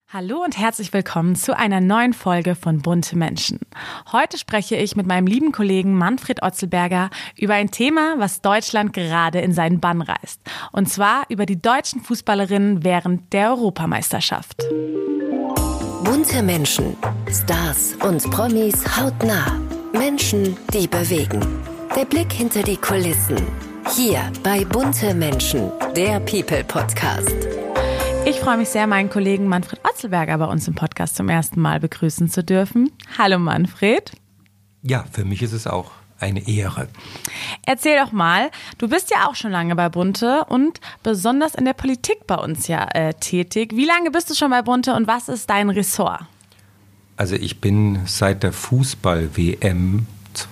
Hallo und herzlich willkommen zu einer neuen Folge von Bunte Menschen. Heute spreche ich mit meinem lieben Kollegen Manfred Otzelberger über ein Thema, was Deutschland gerade in seinen Bann reißt. Und zwar über die deutschen Fußballerinnen während der Europameisterschaft. Bunte Menschen, Stars und Promis hautnah. Menschen, die bewegen. Der Blick hinter die Kulissen. Hier bei Bunte Menschen, der People-Podcast. Ich freue mich sehr, meinen Kollegen Manfred Otzelberger bei uns im Podcast zum ersten Mal begrüßen zu dürfen. Hallo Manfred. Ja, für mich ist es auch eine Ehre. Erzähl doch mal, du bist ja auch schon lange bei Bunte und besonders in der Politik bei uns ja tätig. Wie lange bist du schon bei Bunte und was ist dein Ressort? Also ich bin seit der Fußball-WM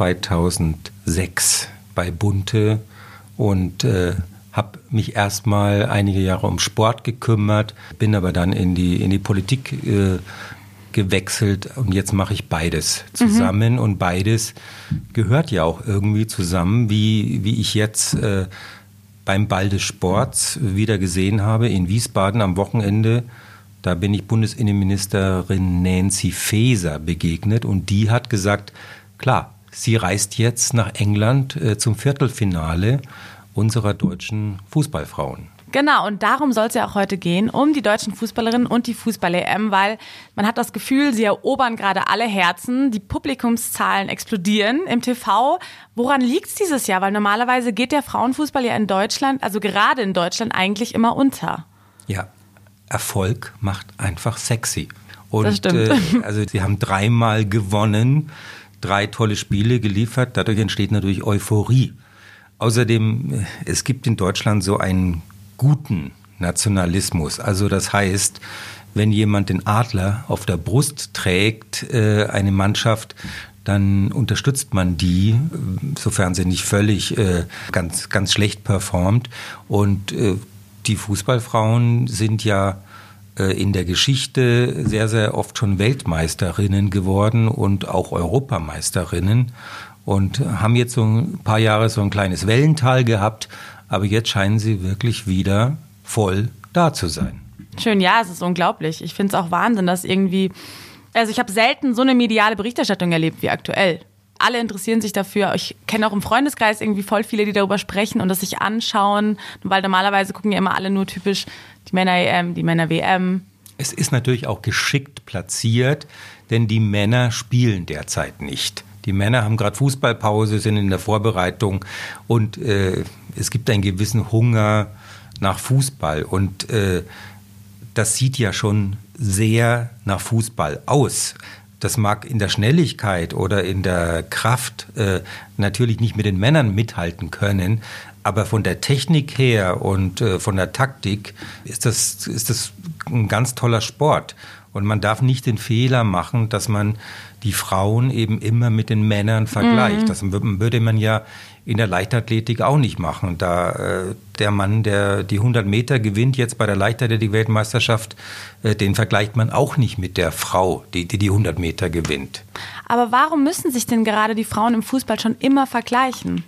2006 bei Bunte und habe mich erstmal einige Jahre um Sport gekümmert, bin aber dann in die Politik gewechselt und jetzt mache ich beides zusammen und beides gehört ja auch irgendwie zusammen, wie ich jetzt beim Ball des Sports wieder gesehen habe in Wiesbaden am Wochenende. Da bin ich Bundesinnenministerin Nancy Faeser begegnet und die hat gesagt, klar, sie reist jetzt nach England zum Viertelfinale unserer deutschen Fußballfrauen. Genau, und darum soll es ja auch heute gehen, um die deutschen Fußballerinnen und die Fußball-EM, weil man hat das Gefühl, sie erobern gerade alle Herzen, die Publikumszahlen explodieren im TV. Woran liegt es dieses Jahr? Weil normalerweise geht der Frauenfußball ja in Deutschland, also gerade in Deutschland, eigentlich immer unter. Ja, Erfolg macht einfach sexy. Und das stimmt. Also sie haben 3-mal gewonnen, 3 tolle Spiele geliefert, dadurch entsteht natürlich Euphorie. Außerdem, es gibt in Deutschland so einen guten Nationalismus. Also das heißt, wenn jemand den Adler auf der Brust trägt, eine Mannschaft, dann unterstützt man die, sofern sie nicht völlig ganz, ganz schlecht performt. Und die Fußballfrauen sind ja in der Geschichte sehr, sehr oft schon Weltmeisterinnen geworden und auch Europameisterinnen. Und haben jetzt so ein paar Jahre so ein kleines Wellental gehabt, aber jetzt scheinen sie wirklich wieder voll da zu sein. Schön, ja, es ist unglaublich. Ich finde es auch Wahnsinn, dass irgendwie, also ich habe selten so eine mediale Berichterstattung erlebt wie aktuell. Alle interessieren sich dafür. Ich kenne auch im Freundeskreis irgendwie voll viele, die darüber sprechen und das sich anschauen, weil normalerweise gucken ja immer alle nur typisch die Männer-EM, die Männer-WM. Es ist natürlich auch geschickt platziert, denn die Männer spielen derzeit nicht. Die Männer haben gerade Fußballpause, sind in der Vorbereitung und es gibt einen gewissen Hunger nach Fußball. Und das sieht ja schon sehr nach Fußball aus. Das mag in der Schnelligkeit oder in der Kraft natürlich nicht mit den Männern mithalten können, aber von der Technik her und von der Taktik ist das ein ganz toller Sport. Und man darf nicht den Fehler machen, dass man die Frauen eben immer mit den Männern vergleicht. Das würde man ja in der Leichtathletik auch nicht machen. Da der Mann, der die 100 Meter gewinnt, jetzt bei der Leichtathletik-Weltmeisterschaft, den vergleicht man auch nicht mit der Frau, die 100 Meter gewinnt. Aber warum müssen sich denn gerade die Frauen im Fußball schon immer vergleichen?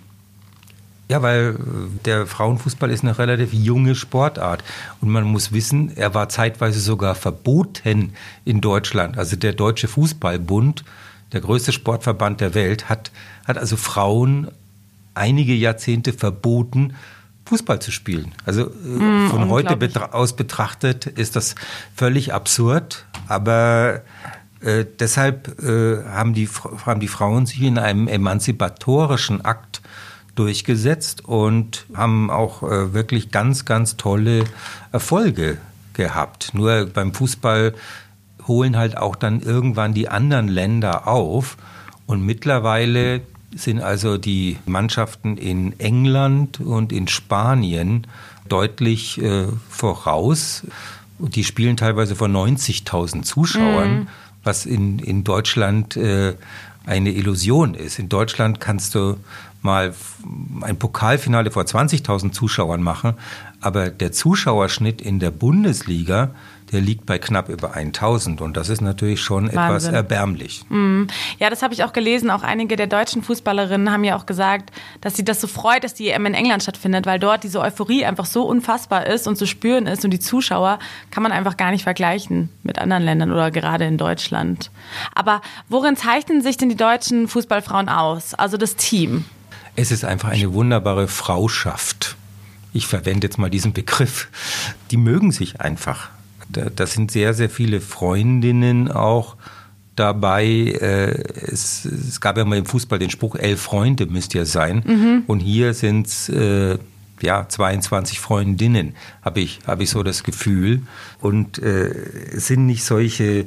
Ja, weil der Frauenfußball ist eine relativ junge Sportart. Und man muss wissen, er war zeitweise sogar verboten in Deutschland. Also der Deutsche Fußballbund, der größte Sportverband der Welt, hat also Frauen einige Jahrzehnte verboten, Fußball zu spielen. Also von heute aus betrachtet ist das völlig absurd. Aber deshalb haben die Frauen sich in einem emanzipatorischen Akt durchgesetzt und haben auch wirklich ganz, ganz tolle Erfolge gehabt. Nur beim Fußball holen halt auch dann irgendwann die anderen Länder auf. Und mittlerweile sind also die Mannschaften in England und in Spanien deutlich voraus. Die spielen teilweise vor 90.000 Zuschauern, was in Deutschland eine Illusion ist. In Deutschland kannst du mal ein Pokalfinale vor 20.000 Zuschauern machen, aber der Zuschauerschnitt in der Bundesliga, der liegt bei knapp über 1000 und das ist natürlich schon etwas erbärmlich. Ja, das habe ich auch gelesen. Auch einige der deutschen Fußballerinnen haben ja auch gesagt, dass sie das so freut, dass die EM in England stattfindet, weil dort diese Euphorie einfach so unfassbar ist und zu spüren ist und die Zuschauer kann man einfach gar nicht vergleichen mit anderen Ländern oder gerade in Deutschland. Aber worin zeichnen sich denn die deutschen Fußballfrauen aus? Also das Team? Es ist einfach eine wunderbare Frauschaft. Ich verwende jetzt mal diesen Begriff. Die mögen sich einfach. Da sind sehr, sehr viele Freundinnen auch dabei. Es gab ja mal im Fußball den Spruch, 11 Freunde müsst ihr sein. Und hier sind es 22 Freundinnen, habe ich so das Gefühl. Und es sind nicht solche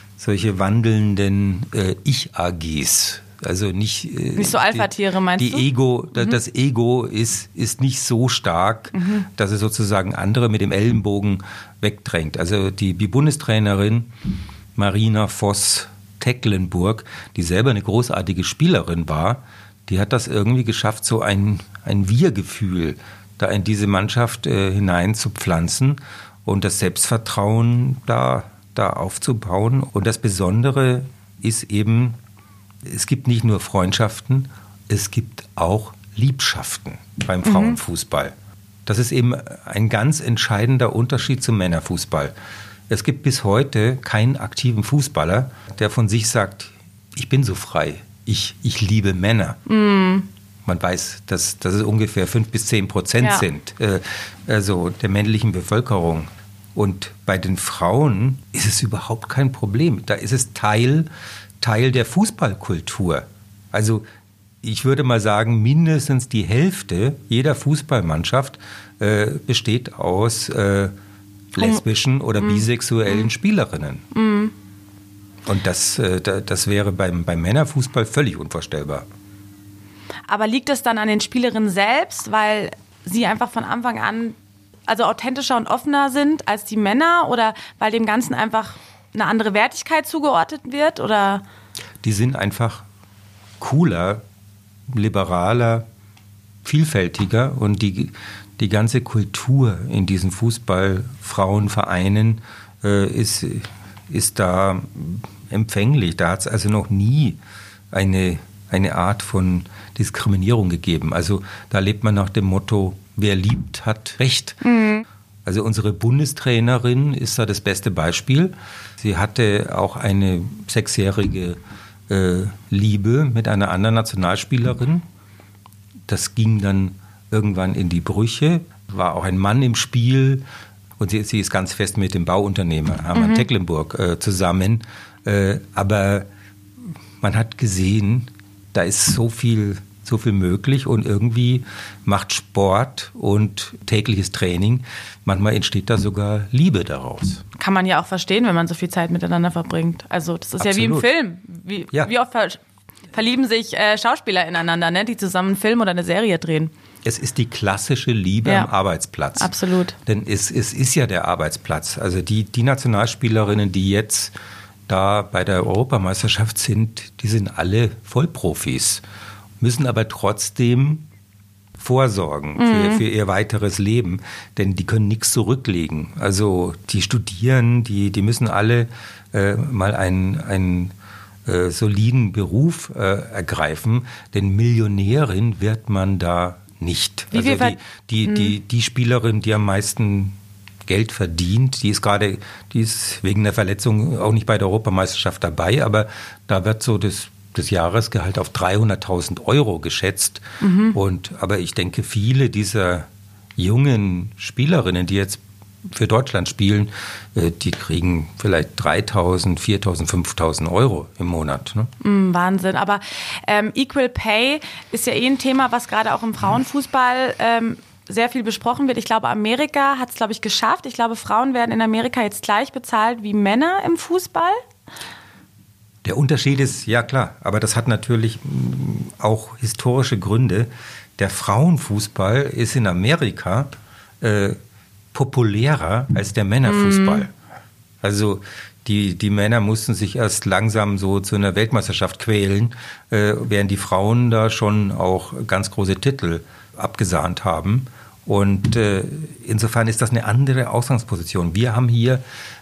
wandelnden Ich-AGs. Also nicht so Alpha-Tiere, meinst du? Das Ego ist nicht so stark, dass es sozusagen andere mit dem Ellenbogen wegdrängt. Also die Bundestrainerin Marina Voss-Tecklenburg, die selber eine großartige Spielerin war, die hat das irgendwie geschafft, so ein Wir-Gefühl da in diese Mannschaft hinein zu pflanzen und das Selbstvertrauen da aufzubauen. Und das Besondere ist eben, es gibt nicht nur Freundschaften, es gibt auch Liebschaften beim Frauenfußball. Das ist eben ein ganz entscheidender Unterschied zum Männerfußball. Es gibt bis heute keinen aktiven Fußballer, der von sich sagt, ich bin so frei, ich liebe Männer. Man weiß, dass es ungefähr 5-10% sind, also der männlichen Bevölkerung. Und bei den Frauen ist es überhaupt kein Problem. Da ist es Teil der Fußballkultur. Also ich würde mal sagen, mindestens die Hälfte jeder Fußballmannschaft besteht aus lesbischen oder bisexuellen Spielerinnen. Und das wäre beim Männerfußball völlig unvorstellbar. Aber liegt es dann an den Spielerinnen selbst, weil sie einfach von Anfang an also authentischer und offener sind als die Männer oder weil dem Ganzen einfach eine andere Wertigkeit zugeordnet wird? Oder? Die sind einfach cooler, liberaler, vielfältiger und die ganze Kultur in diesen Fußball-Frauenvereinen ist da empfänglich. Da hat es also noch nie eine Art von Diskriminierung gegeben. Also da lebt man nach dem Motto, wer liebt, hat Recht. Also unsere Bundestrainerin ist da das beste Beispiel. Sie hatte auch eine 6-jährige Liebe mit einer anderen Nationalspielerin. Das ging dann irgendwann in die Brüche. War auch ein Mann im Spiel. Und sie ist ganz fest mit dem Bauunternehmer Hermann Tecklenburg zusammen. Aber man hat gesehen, da ist so viel möglich und irgendwie macht Sport und tägliches Training, manchmal entsteht da sogar Liebe daraus. Kann man ja auch verstehen, wenn man so viel Zeit miteinander verbringt. Also das ist Absolut. Ja wie im Film. Wie oft verlieben sich Schauspieler ineinander, ne, die zusammen einen Film oder eine Serie drehen. Es ist die klassische Liebe am Arbeitsplatz. Absolut. Denn es ist ja der Arbeitsplatz. Also die Nationalspielerinnen, die jetzt da bei der Europameisterschaft sind, die sind alle Vollprofis, müssen aber trotzdem vorsorgen für ihr weiteres Leben, denn die können nichts zurücklegen. Also die studieren, die müssen alle mal einen soliden Beruf ergreifen, denn Millionärin wird man da nicht. Also die Spielerin, die am meisten Geld verdient, die ist wegen der Verletzung auch nicht bei der Europameisterschaft dabei, aber da wird so das Jahresgehalt auf 300.000 € geschätzt. Aber ich denke, viele dieser jungen Spielerinnen, die jetzt für Deutschland spielen, die kriegen vielleicht 3.000, 4.000, 5.000 € im Monat. Ne? Wahnsinn. Aber Equal Pay ist ja ein Thema, was gerade auch im Frauenfußball sehr viel besprochen wird. Ich glaube, Amerika hat es, geschafft. Ich glaube, Frauen werden in Amerika jetzt gleich bezahlt wie Männer im Fußball. Der Unterschied ist, ja klar, aber das hat natürlich auch historische Gründe. Der Frauenfußball ist in Amerika populärer als der Männerfußball. Also die Männer mussten sich erst langsam so zu einer Weltmeisterschaft quälen, während die Frauen da schon auch ganz große Titel abgesahnt haben. Und insofern ist das eine andere Ausgangsposition. Wir haben hier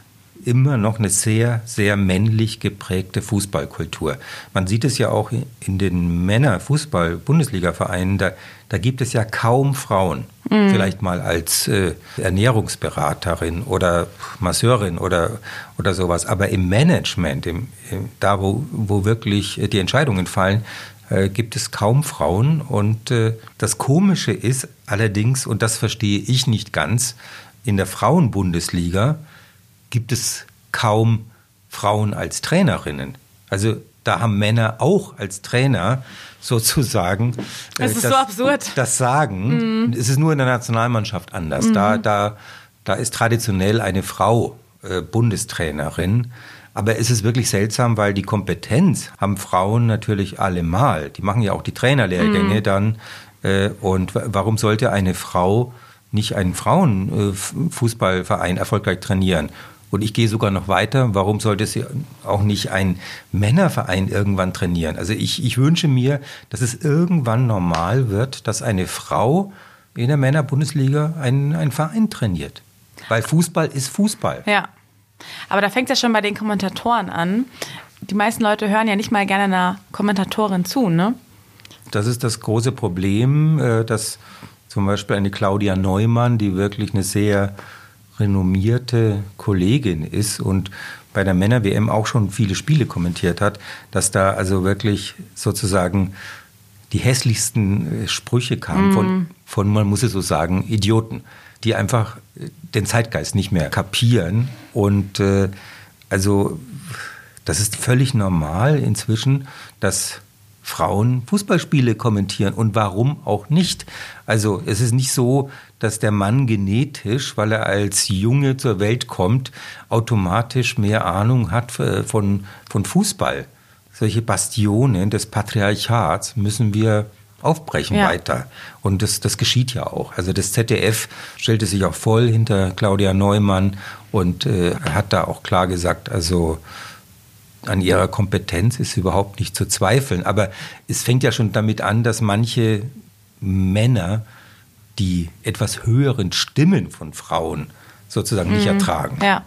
immer noch eine sehr, sehr männlich geprägte Fußballkultur. Man sieht es ja auch in den Männer-Fußball-Bundesliga-Vereinen, da gibt es ja kaum Frauen. Vielleicht mal als Ernährungsberaterin oder Masseurin oder sowas. Aber im Management, da wo wirklich die Entscheidungen fallen, gibt es kaum Frauen. Und das Komische ist allerdings, und das verstehe ich nicht ganz, in der Frauenbundesliga gibt es kaum Frauen als Trainerinnen. Also da haben Männer auch als Trainer sozusagen das ist so absurd. Das Sagen. Es ist nur in der Nationalmannschaft anders. Da ist traditionell eine Frau Bundestrainerin. Aber es ist wirklich seltsam, weil die Kompetenz haben Frauen natürlich allemal. Die machen ja auch die Trainerlehrgänge dann. Und warum sollte eine Frau nicht einen Frauenfußballverein erfolgreich trainieren? Und ich gehe sogar noch weiter, warum sollte sie auch nicht einen Männerverein irgendwann trainieren? Also ich wünsche mir, dass es irgendwann normal wird, dass eine Frau in der Männerbundesliga einen Verein trainiert. Weil Fußball ist Fußball. Ja, aber da fängt es ja schon bei den Kommentatoren an. Die meisten Leute hören ja nicht mal gerne einer Kommentatorin zu, ne? Das ist das große Problem, dass zum Beispiel eine Claudia Neumann, die wirklich eine sehr renommierte Kollegin ist und bei der Männer-WM auch schon viele Spiele kommentiert hat, dass da also wirklich sozusagen die hässlichsten Sprüche kamen von, man muss es so sagen, Idioten, die einfach den Zeitgeist nicht mehr kapieren. Und also das ist völlig normal inzwischen, dass Frauen Fußballspiele kommentieren. Und warum auch nicht? Also es ist nicht so, dass der Mann genetisch, weil er als Junge zur Welt kommt, automatisch mehr Ahnung hat von Fußball. Solche Bastionen des Patriarchats müssen wir aufbrechen weiter. Und das geschieht ja auch. Also das ZDF stellte sich auch voll hinter Claudia Neumann und hat da auch klar gesagt, also an ihrer Kompetenz ist überhaupt nicht zu zweifeln. Aber es fängt ja schon damit an, dass manche Männer die etwas höheren Stimmen von Frauen sozusagen nicht ertragen. Ja.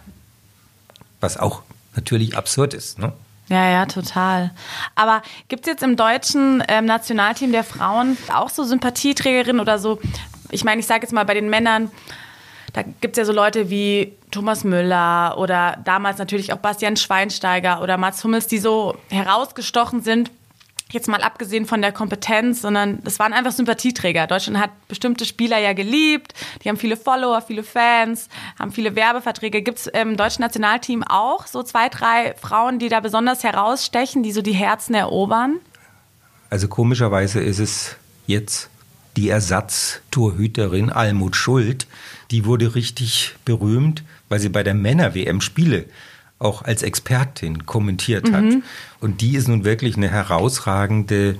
Was auch natürlich absurd ist, ne? Ja, total. Aber gibt es jetzt im deutschen Nationalteam der Frauen auch so Sympathieträgerinnen oder so? Ich meine, ich sage jetzt mal bei den Männern, da gibt es ja so Leute wie Thomas Müller oder damals natürlich auch Bastian Schweinsteiger oder Mats Hummels, die so herausgestochen sind, jetzt mal abgesehen von der Kompetenz, sondern das waren einfach Sympathieträger. Deutschland hat bestimmte Spieler ja geliebt, die haben viele Follower, viele Fans, haben viele Werbeverträge. Gibt es im deutschen Nationalteam auch so 2, 3 Frauen, die da besonders herausstechen, die so die Herzen erobern? Also komischerweise ist es jetzt die Ersatztorhüterin Almut Schuld, die wurde richtig berühmt, weil sie bei der Männer-WM Spiele auch als Expertin kommentiert hat. Und die ist nun wirklich eine herausragende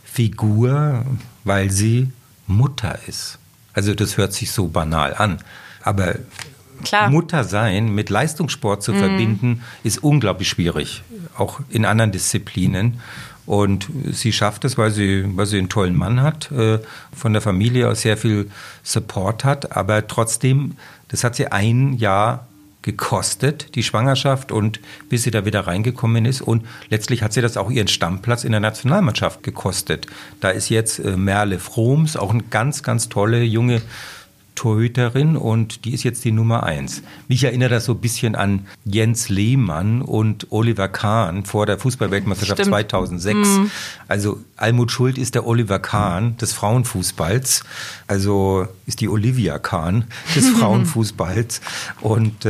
Figur, weil sie Mutter ist. Also das hört sich so banal an. Aber klar, Mutter sein mit Leistungssport zu verbinden, ist unglaublich schwierig, auch in anderen Disziplinen. Und sie schafft es, weil sie einen tollen Mann hat, von der Familie aus sehr viel Support hat. Aber trotzdem, das hat sie 1 Jahr gekostet, die Schwangerschaft, und bis sie da wieder reingekommen ist. Und letztlich hat sie das auch ihren Stammplatz in der Nationalmannschaft gekostet. Da ist jetzt Merle Froms, auch eine ganz, ganz tolle junge Torhüterin, und die ist jetzt die Nummer 1. Mich erinnert das so ein bisschen an Jens Lehmann und Oliver Kahn vor der Fußball-Weltmeisterschaft 2006. Also Almut Schuld ist der Oliver Kahn des Frauenfußballs, also ist die Olivia Kahn des Frauenfußballs. Und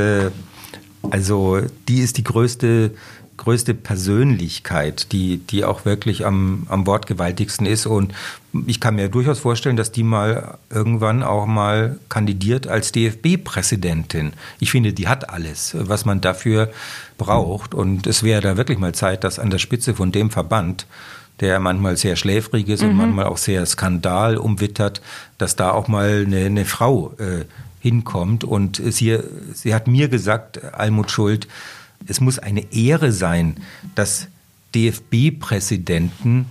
also die ist die größte Persönlichkeit, die auch wirklich am wortgewaltigsten ist. Und ich kann mir durchaus vorstellen, dass die mal irgendwann auch mal kandidiert als DFB-Präsidentin. Ich finde, die hat alles, was man dafür braucht. Und es wäre da wirklich mal Zeit, dass an der Spitze von dem Verband, der manchmal sehr schläfrig ist und manchmal auch sehr skandalumwittert, dass da auch mal eine Frau hinkommt. Und sie hat mir gesagt, Almut Schuld, es muss eine Ehre sein, dass DFB-Präsidenten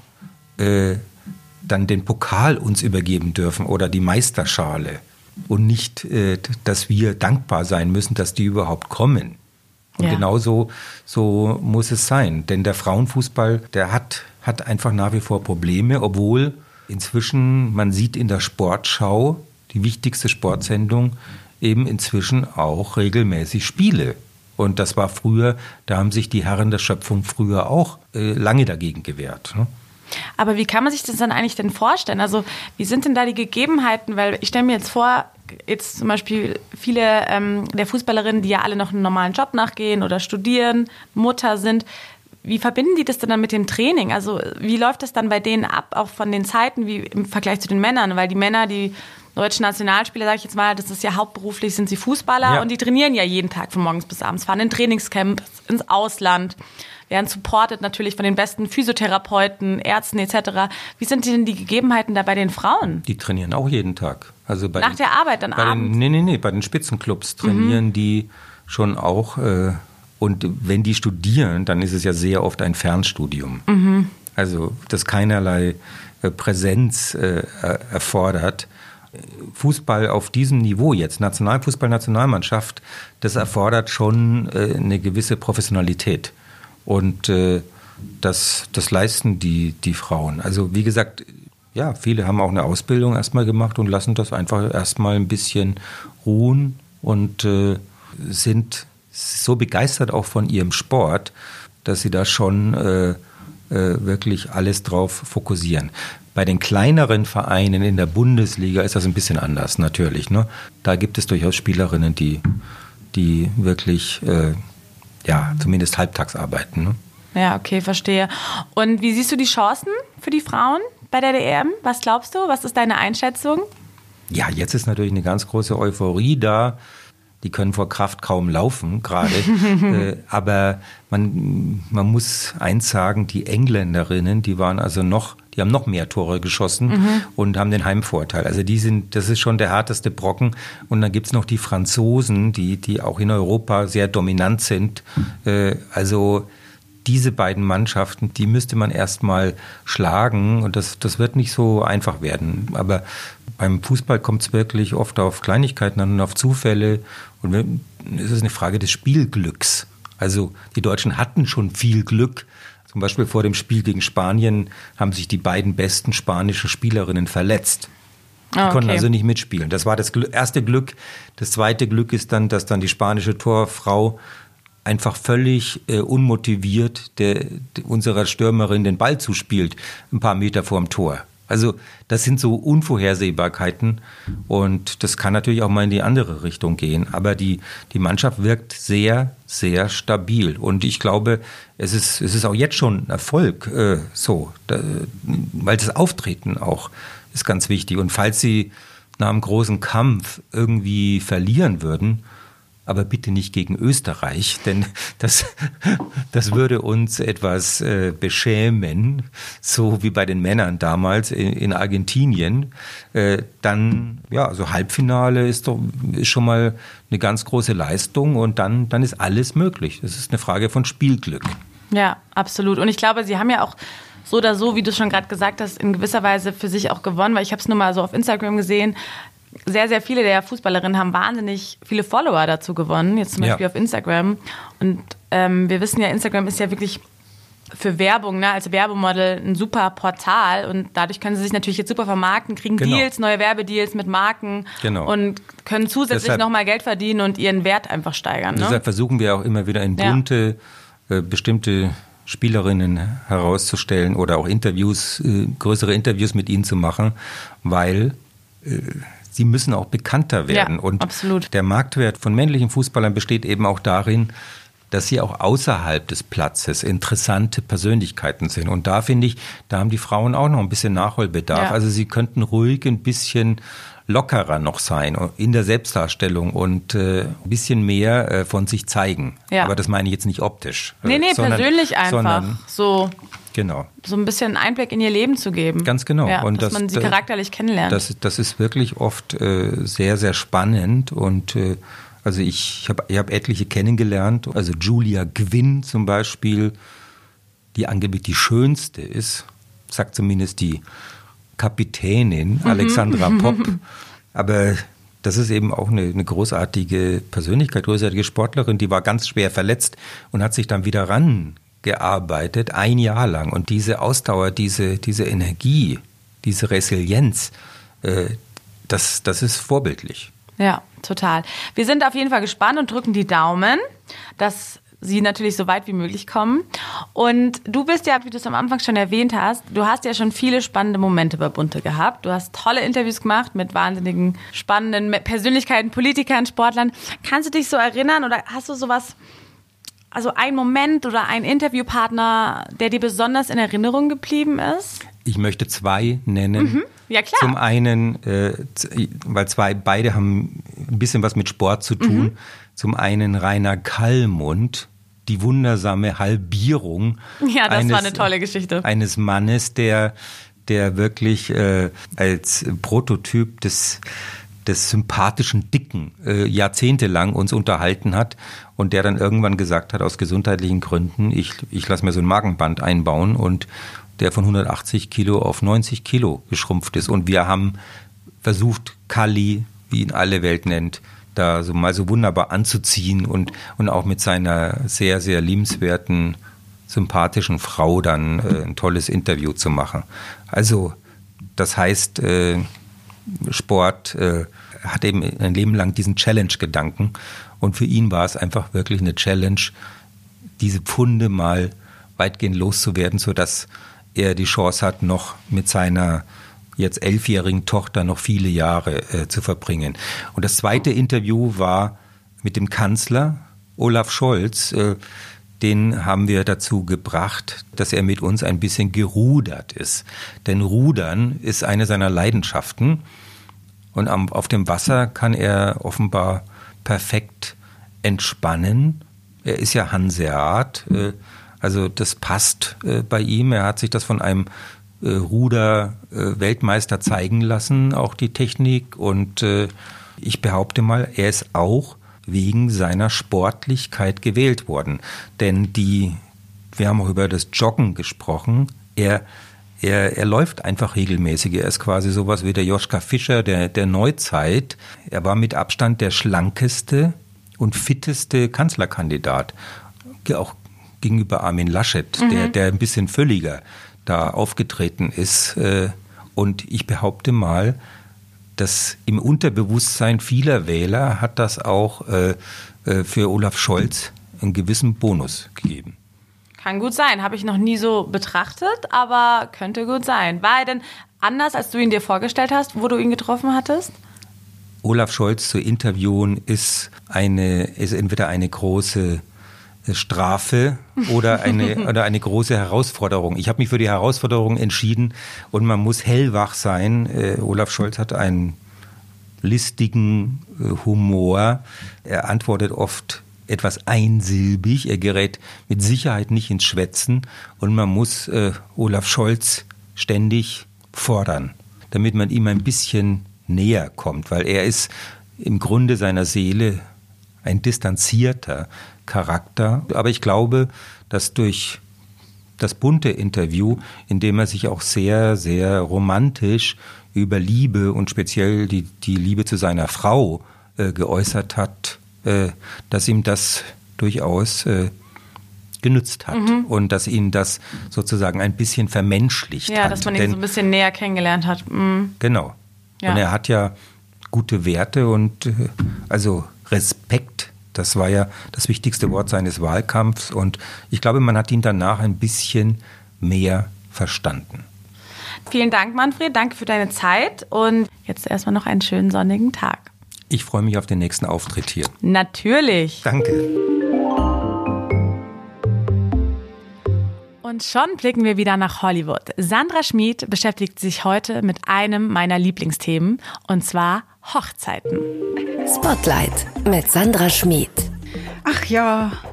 dann den Pokal uns übergeben dürfen oder die Meisterschale und nicht, dass wir dankbar sein müssen, dass die überhaupt kommen. Und genau so muss es sein. Denn der Frauenfußball, der hat einfach nach wie vor Probleme, obwohl inzwischen, man sieht in der Sportschau, die wichtigste Sportsendung, eben inzwischen auch regelmäßig Spiele. Und das war früher, da haben sich die Herren der Schöpfung früher auch lange dagegen gewehrt. Ne? Aber wie kann man sich das dann eigentlich denn vorstellen? Also wie sind denn da die Gegebenheiten? Weil ich stelle mir jetzt vor, jetzt zum Beispiel viele der Fußballerinnen, die ja alle noch einen normalen Job nachgehen oder studieren, Mutter sind, wie verbinden die das denn dann mit dem Training? Also wie läuft das dann bei denen ab, auch von den Zeiten wie im Vergleich zu den Männern? Weil die Männer, die deutschen Nationalspieler, sage ich jetzt mal, das ist ja hauptberuflich, sind sie Fußballer und die trainieren ja jeden Tag von morgens bis abends, fahren in Trainingscamps ins Ausland, werden supported natürlich von den besten Physiotherapeuten, Ärzten etc. Wie sind denn die Gegebenheiten da bei den Frauen? Die trainieren auch jeden Tag. Also nach der Arbeit dann abends? Bei den Spitzenclubs trainieren die schon auch. Und wenn die studieren, dann ist es ja sehr oft ein Fernstudium. Also das keinerlei Präsenz erfordert. Fußball auf diesem Niveau jetzt, Nationalfußball, Nationalmannschaft, das erfordert schon eine gewisse Professionalität. Und das leisten die Frauen. Also wie gesagt, ja, viele haben auch eine Ausbildung erstmal gemacht und lassen das einfach erstmal ein bisschen ruhen und sind so begeistert auch von ihrem Sport, dass sie da schon wirklich alles drauf fokussieren. Bei den kleineren Vereinen in der Bundesliga ist das ein bisschen anders, natürlich. Ne? Da gibt es durchaus Spielerinnen, die wirklich zumindest halbtags arbeiten. Ne? Ja, okay, verstehe. Und wie siehst du die Chancen für die Frauen bei der EM? Was glaubst du? Was ist deine Einschätzung? Ja, jetzt ist natürlich eine ganz große Euphorie da. Die können vor Kraft kaum laufen gerade. Aber man muss eins sagen, die Engländerinnen, die haben noch mehr Tore geschossen und haben den Heimvorteil. Also das ist schon der härteste Brocken. Und dann gibt's noch die Franzosen, die auch in Europa sehr dominant sind. Also diese beiden Mannschaften, die müsste man erstmal schlagen. Und das wird nicht so einfach werden. Aber beim Fußball kommt es wirklich oft auf Kleinigkeiten an und auf Zufälle. Und es ist eine Frage des Spielglücks. Also die Deutschen hatten schon viel Glück. Zum Beispiel vor dem Spiel gegen Spanien haben sich die beiden besten spanischen Spielerinnen verletzt. Die konnten also nicht mitspielen. Das war das erste Glück. Das zweite Glück ist dann, dass dann die spanische Torfrau einfach völlig unmotiviert unserer Stürmerin den Ball zuspielt, ein paar Meter vorm Tor. Also das sind so Unvorhersehbarkeiten und das kann natürlich auch mal in die andere Richtung gehen. Aber die Mannschaft wirkt sehr, sehr stabil. Und ich glaube, es ist auch jetzt schon ein Erfolg, weil das Auftreten auch ist ganz wichtig. Und falls sie nach einem großen Kampf irgendwie verlieren würden, aber bitte nicht gegen Österreich, denn das würde uns etwas beschämen, so wie bei den Männern damals in Argentinien. Dann, also Halbfinale ist schon mal eine ganz große Leistung und dann ist alles möglich. Das ist eine Frage von Spielglück. Ja, absolut. Und ich glaube, Sie haben ja auch so oder so, wie du schon gerade gesagt hast, in gewisser Weise für sich auch gewonnen, weil ich habe es nur mal so auf Instagram gesehen. Sehr, sehr viele der Fußballerinnen haben wahnsinnig viele Follower dazu gewonnen, jetzt zum Beispiel auf Instagram. Und wir wissen ja, Instagram ist ja wirklich für Werbung, ne, als Werbemodel ein super Portal. Und dadurch können sie sich natürlich jetzt super vermarkten, kriegen Deals, neue Werbedeals mit Marken und können zusätzlich nochmal Geld verdienen und ihren Wert einfach steigern. Ne? Deshalb versuchen wir auch immer wieder in bunte, bestimmte Spielerinnen herauszustellen oder auch Interviews, größere Interviews mit ihnen zu machen, weil sie müssen auch bekannter werden. Und absolut. Der Marktwert von männlichen Fußballern besteht eben auch darin, dass sie auch außerhalb des Platzes interessante Persönlichkeiten sind. Und da finde ich, da haben die Frauen auch noch ein bisschen Nachholbedarf. Ja. Also sie könnten ruhig ein bisschen lockerer noch sein in der Selbstdarstellung und ein bisschen mehr von sich zeigen. Ja. Aber das meine ich jetzt nicht optisch. Nee, persönlich einfach. So ein bisschen Einblick in ihr Leben zu geben. Ganz genau. Ja, und dass man sie charakterlich kennenlernt. Das ist wirklich oft sehr, sehr spannend. Und also ich hab etliche kennengelernt. Also Julia Gwynn zum Beispiel, die angeblich die schönste ist, sagt zumindest die Kapitänin Alexandra Popp. Aber das ist eben auch eine großartige Persönlichkeit, großartige Sportlerin, die war ganz schwer verletzt und hat sich dann wieder rangearbeitet, 1 Jahr lang. Und diese Ausdauer, diese Energie, diese Resilienz, das ist vorbildlich. Ja, total. Wir sind auf jeden Fall gespannt und drücken die Daumen, dass sie natürlich so weit wie möglich kommen. Und du bist ja, wie du es am Anfang schon erwähnt hast, du hast ja schon viele spannende Momente bei Bunte gehabt. Du hast tolle Interviews gemacht mit wahnsinnigen, spannenden Persönlichkeiten, Politikern, Sportlern. Kannst du dich so erinnern oder hast du sowas, also einen Moment oder einen Interviewpartner, der dir besonders in Erinnerung geblieben ist? Ich möchte 2 nennen. Ja, klar. Zum einen, weil beide haben ein bisschen was mit Sport zu tun. Zum einen Rainer Kallmund, die wundersame Halbierung. Ja, das war eine tolle Geschichte. Eines Mannes, der wirklich als Prototyp des sympathischen Dicken jahrzehntelang uns unterhalten hat und der dann irgendwann gesagt hat, aus gesundheitlichen Gründen, ich lasse mir so ein Magenband einbauen und der von 180 Kilo auf 90 Kilo geschrumpft ist. Und wir haben versucht, Kalli, wie ihn alle Welt nennt, da so mal so wunderbar anzuziehen und auch mit seiner sehr, sehr liebenswerten, sympathischen Frau dann ein tolles Interview zu machen. Also das heißt, Sport hat eben ein Leben lang diesen Challenge-Gedanken und für ihn war es einfach wirklich eine Challenge, diese Pfunde mal weitgehend loszuwerden, sodass er die Chance hat, noch mit seiner jetzt 11-jährigen Tochter noch viele Jahre zu verbringen. Und das zweite Interview war mit dem Kanzler Olaf Scholz. Den haben wir dazu gebracht, dass er mit uns ein bisschen gerudert ist. Denn Rudern ist eine seiner Leidenschaften. Und auf dem Wasser kann er offenbar perfekt entspannen. Er ist ja Hanseat, also das passt bei ihm. Er hat sich das von einem Ruder-Weltmeister zeigen lassen, auch die Technik. Und ich behaupte mal, er ist auch wegen seiner Sportlichkeit gewählt worden. Denn wir haben auch über das Joggen gesprochen, er läuft einfach regelmäßig. Er ist quasi sowas wie der Joschka Fischer der Neuzeit. Er war mit Abstand der schlankeste und fitteste Kanzlerkandidat. Auch gegenüber Armin Laschet, der ein bisschen völliger da aufgetreten ist. Und ich behaupte mal, dass im Unterbewusstsein vieler Wähler hat das auch für Olaf Scholz einen gewissen Bonus gegeben. Kann gut sein, habe ich noch nie so betrachtet, aber könnte gut sein. War er denn anders, als du ihn dir vorgestellt hast, wo du ihn getroffen hattest? Olaf Scholz zu interviewen ist entweder eine große Strafe oder eine große Herausforderung. Ich habe mich für die Herausforderung entschieden und man muss hellwach sein. Olaf Scholz hat einen listigen Humor. Er antwortet oft etwas einsilbig. Er gerät mit Sicherheit nicht ins Schwätzen und man muss Olaf Scholz ständig fordern, damit man ihm ein bisschen näher kommt, weil er ist im Grunde seiner Seele ein distanzierter Charakter. Aber ich glaube, dass durch das bunte Interview, in dem er sich auch sehr, sehr romantisch über Liebe und speziell die Liebe zu seiner Frau geäußert hat, dass ihm das durchaus genützt hat und dass ihn das sozusagen ein bisschen vermenschlicht hat. Ja, dass man ihn so ein bisschen näher kennengelernt hat. Genau. Ja. Und er hat ja gute Werte und also Respekt. Das war ja das wichtigste Wort seines Wahlkampfs und ich glaube, man hat ihn danach ein bisschen mehr verstanden. Vielen Dank, Manfred. Danke für deine Zeit und jetzt erstmal noch einen schönen sonnigen Tag. Ich freue mich auf den nächsten Auftritt hier. Natürlich. Danke. Und schon blicken wir wieder nach Hollywood. Sandra Schmid beschäftigt sich heute mit einem meiner Lieblingsthemen, und zwar Hochzeiten. Spotlight mit Sandra Schmid. Ach ja,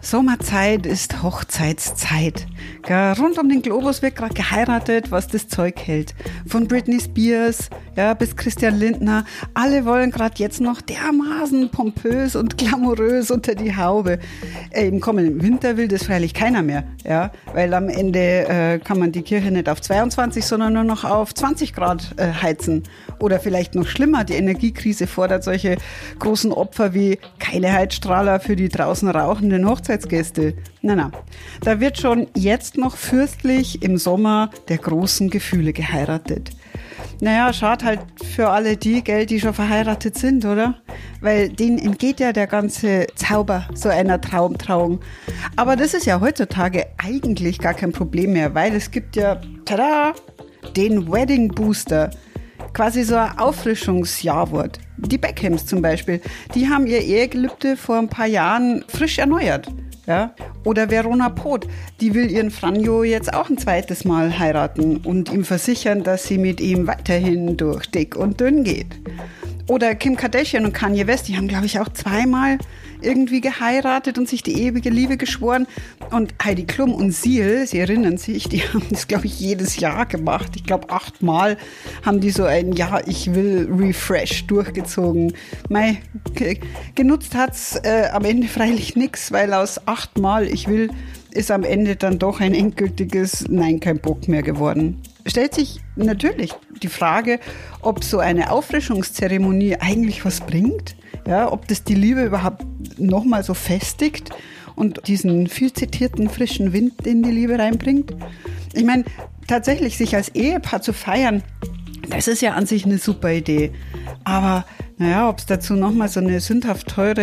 Sommerzeit ist Hochzeitszeit. Ja, rund um den Globus wird gerade geheiratet, was das Zeug hält. Von Britney Spears bis Christian Lindner. Alle wollen gerade jetzt noch dermaßen pompös und glamourös unter die Haube. Im kommenden Winter will das freilich keiner mehr. Ja, weil am Ende kann man die Kirche nicht auf 22, sondern nur noch auf 20 Grad heizen. Oder vielleicht noch schlimmer, die Energiekrise fordert solche großen Opfer wie keine Heizstrahler für die draußen rauchenden Hochzeitsgäste. Na, da wird schon jetzt noch fürstlich im Sommer der großen Gefühle geheiratet. Naja, schade halt für alle die, die schon verheiratet sind, oder? Weil denen entgeht ja der ganze Zauber so einer Traumtrauung. Aber das ist ja heutzutage eigentlich gar kein Problem mehr, weil es gibt ja, tada, den Wedding Booster. Quasi so ein Auffrischungsjawort. Die Beckhams zum Beispiel, die haben ihr Ehegelübde vor ein paar Jahren frisch erneuert. Ja? Oder Verona Pot, die will ihren Franjo jetzt auch ein zweites Mal heiraten und ihm versichern, dass sie mit ihm weiterhin durch dick und dünn geht. Oder Kim Kardashian und Kanye West, die haben, glaube ich, auch zweimal irgendwie geheiratet und sich die ewige Liebe geschworen. Und Heidi Klum und Seal, Sie erinnern sich, die haben das, glaube ich, jedes Jahr gemacht. Ich glaube, 8 Mal haben die so ein Ja, ich will Refresh durchgezogen. Mei, genutzt hat's am Ende freilich nichts, weil aus 8 Mal ich will ist am Ende dann doch ein endgültiges Nein, kein Bock mehr geworden. Stellt sich natürlich die Frage, ob so eine Auffrischungszeremonie eigentlich was bringt, ja, ob das die Liebe überhaupt nochmal so festigt und diesen viel zitierten frischen Wind in die Liebe reinbringt. Ich meine, tatsächlich sich als Ehepaar zu feiern, das ist ja an sich eine super Idee. Aber naja, ob es dazu nochmal so ein sündhaft teures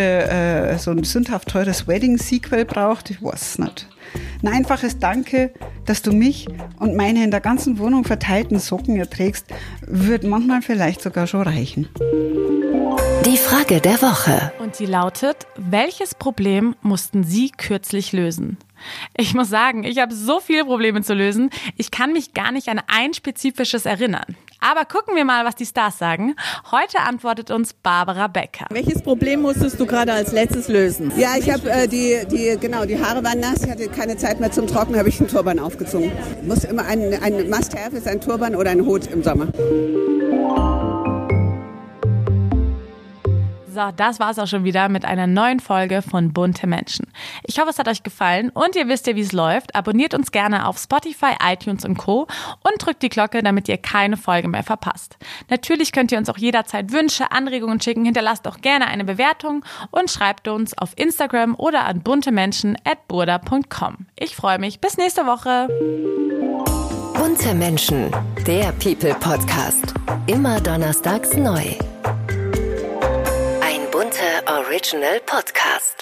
Wedding-Sequel braucht, ich weiß es nicht. Ein einfaches Danke, dass du mich und meine in der ganzen Wohnung verteilten Socken erträgst, wird manchmal vielleicht sogar schon reichen. Die Frage der Woche. Und sie lautet, welches Problem mussten Sie kürzlich lösen? Ich muss sagen, ich habe so viele Probleme zu lösen, ich kann mich gar nicht an ein spezifisches erinnern. Aber gucken wir mal, was die Stars sagen. Heute antwortet uns Barbara Becker. Welches Problem musstest du gerade als letztes lösen? Ja, ich habe die Haare waren nass, ich hatte keine Zeit mehr zum Trocknen, habe ich einen Turban aufgezogen. Muss immer ein Must-have ist ein Turban oder ein Hut im Sommer. So, das war's auch schon wieder mit einer neuen Folge von Bunte Menschen. Ich hoffe, es hat euch gefallen und ihr wisst ja, wie es läuft. Abonniert uns gerne auf Spotify, iTunes und Co. und drückt die Glocke, damit ihr keine Folge mehr verpasst. Natürlich könnt ihr uns auch jederzeit Wünsche, Anregungen schicken. Hinterlasst auch gerne eine Bewertung und schreibt uns auf Instagram oder an buntemenschen@burda.com. Ich freue mich. Bis nächste Woche. Bunte Menschen, der People-Podcast. Immer donnerstags neu. Original Podcast.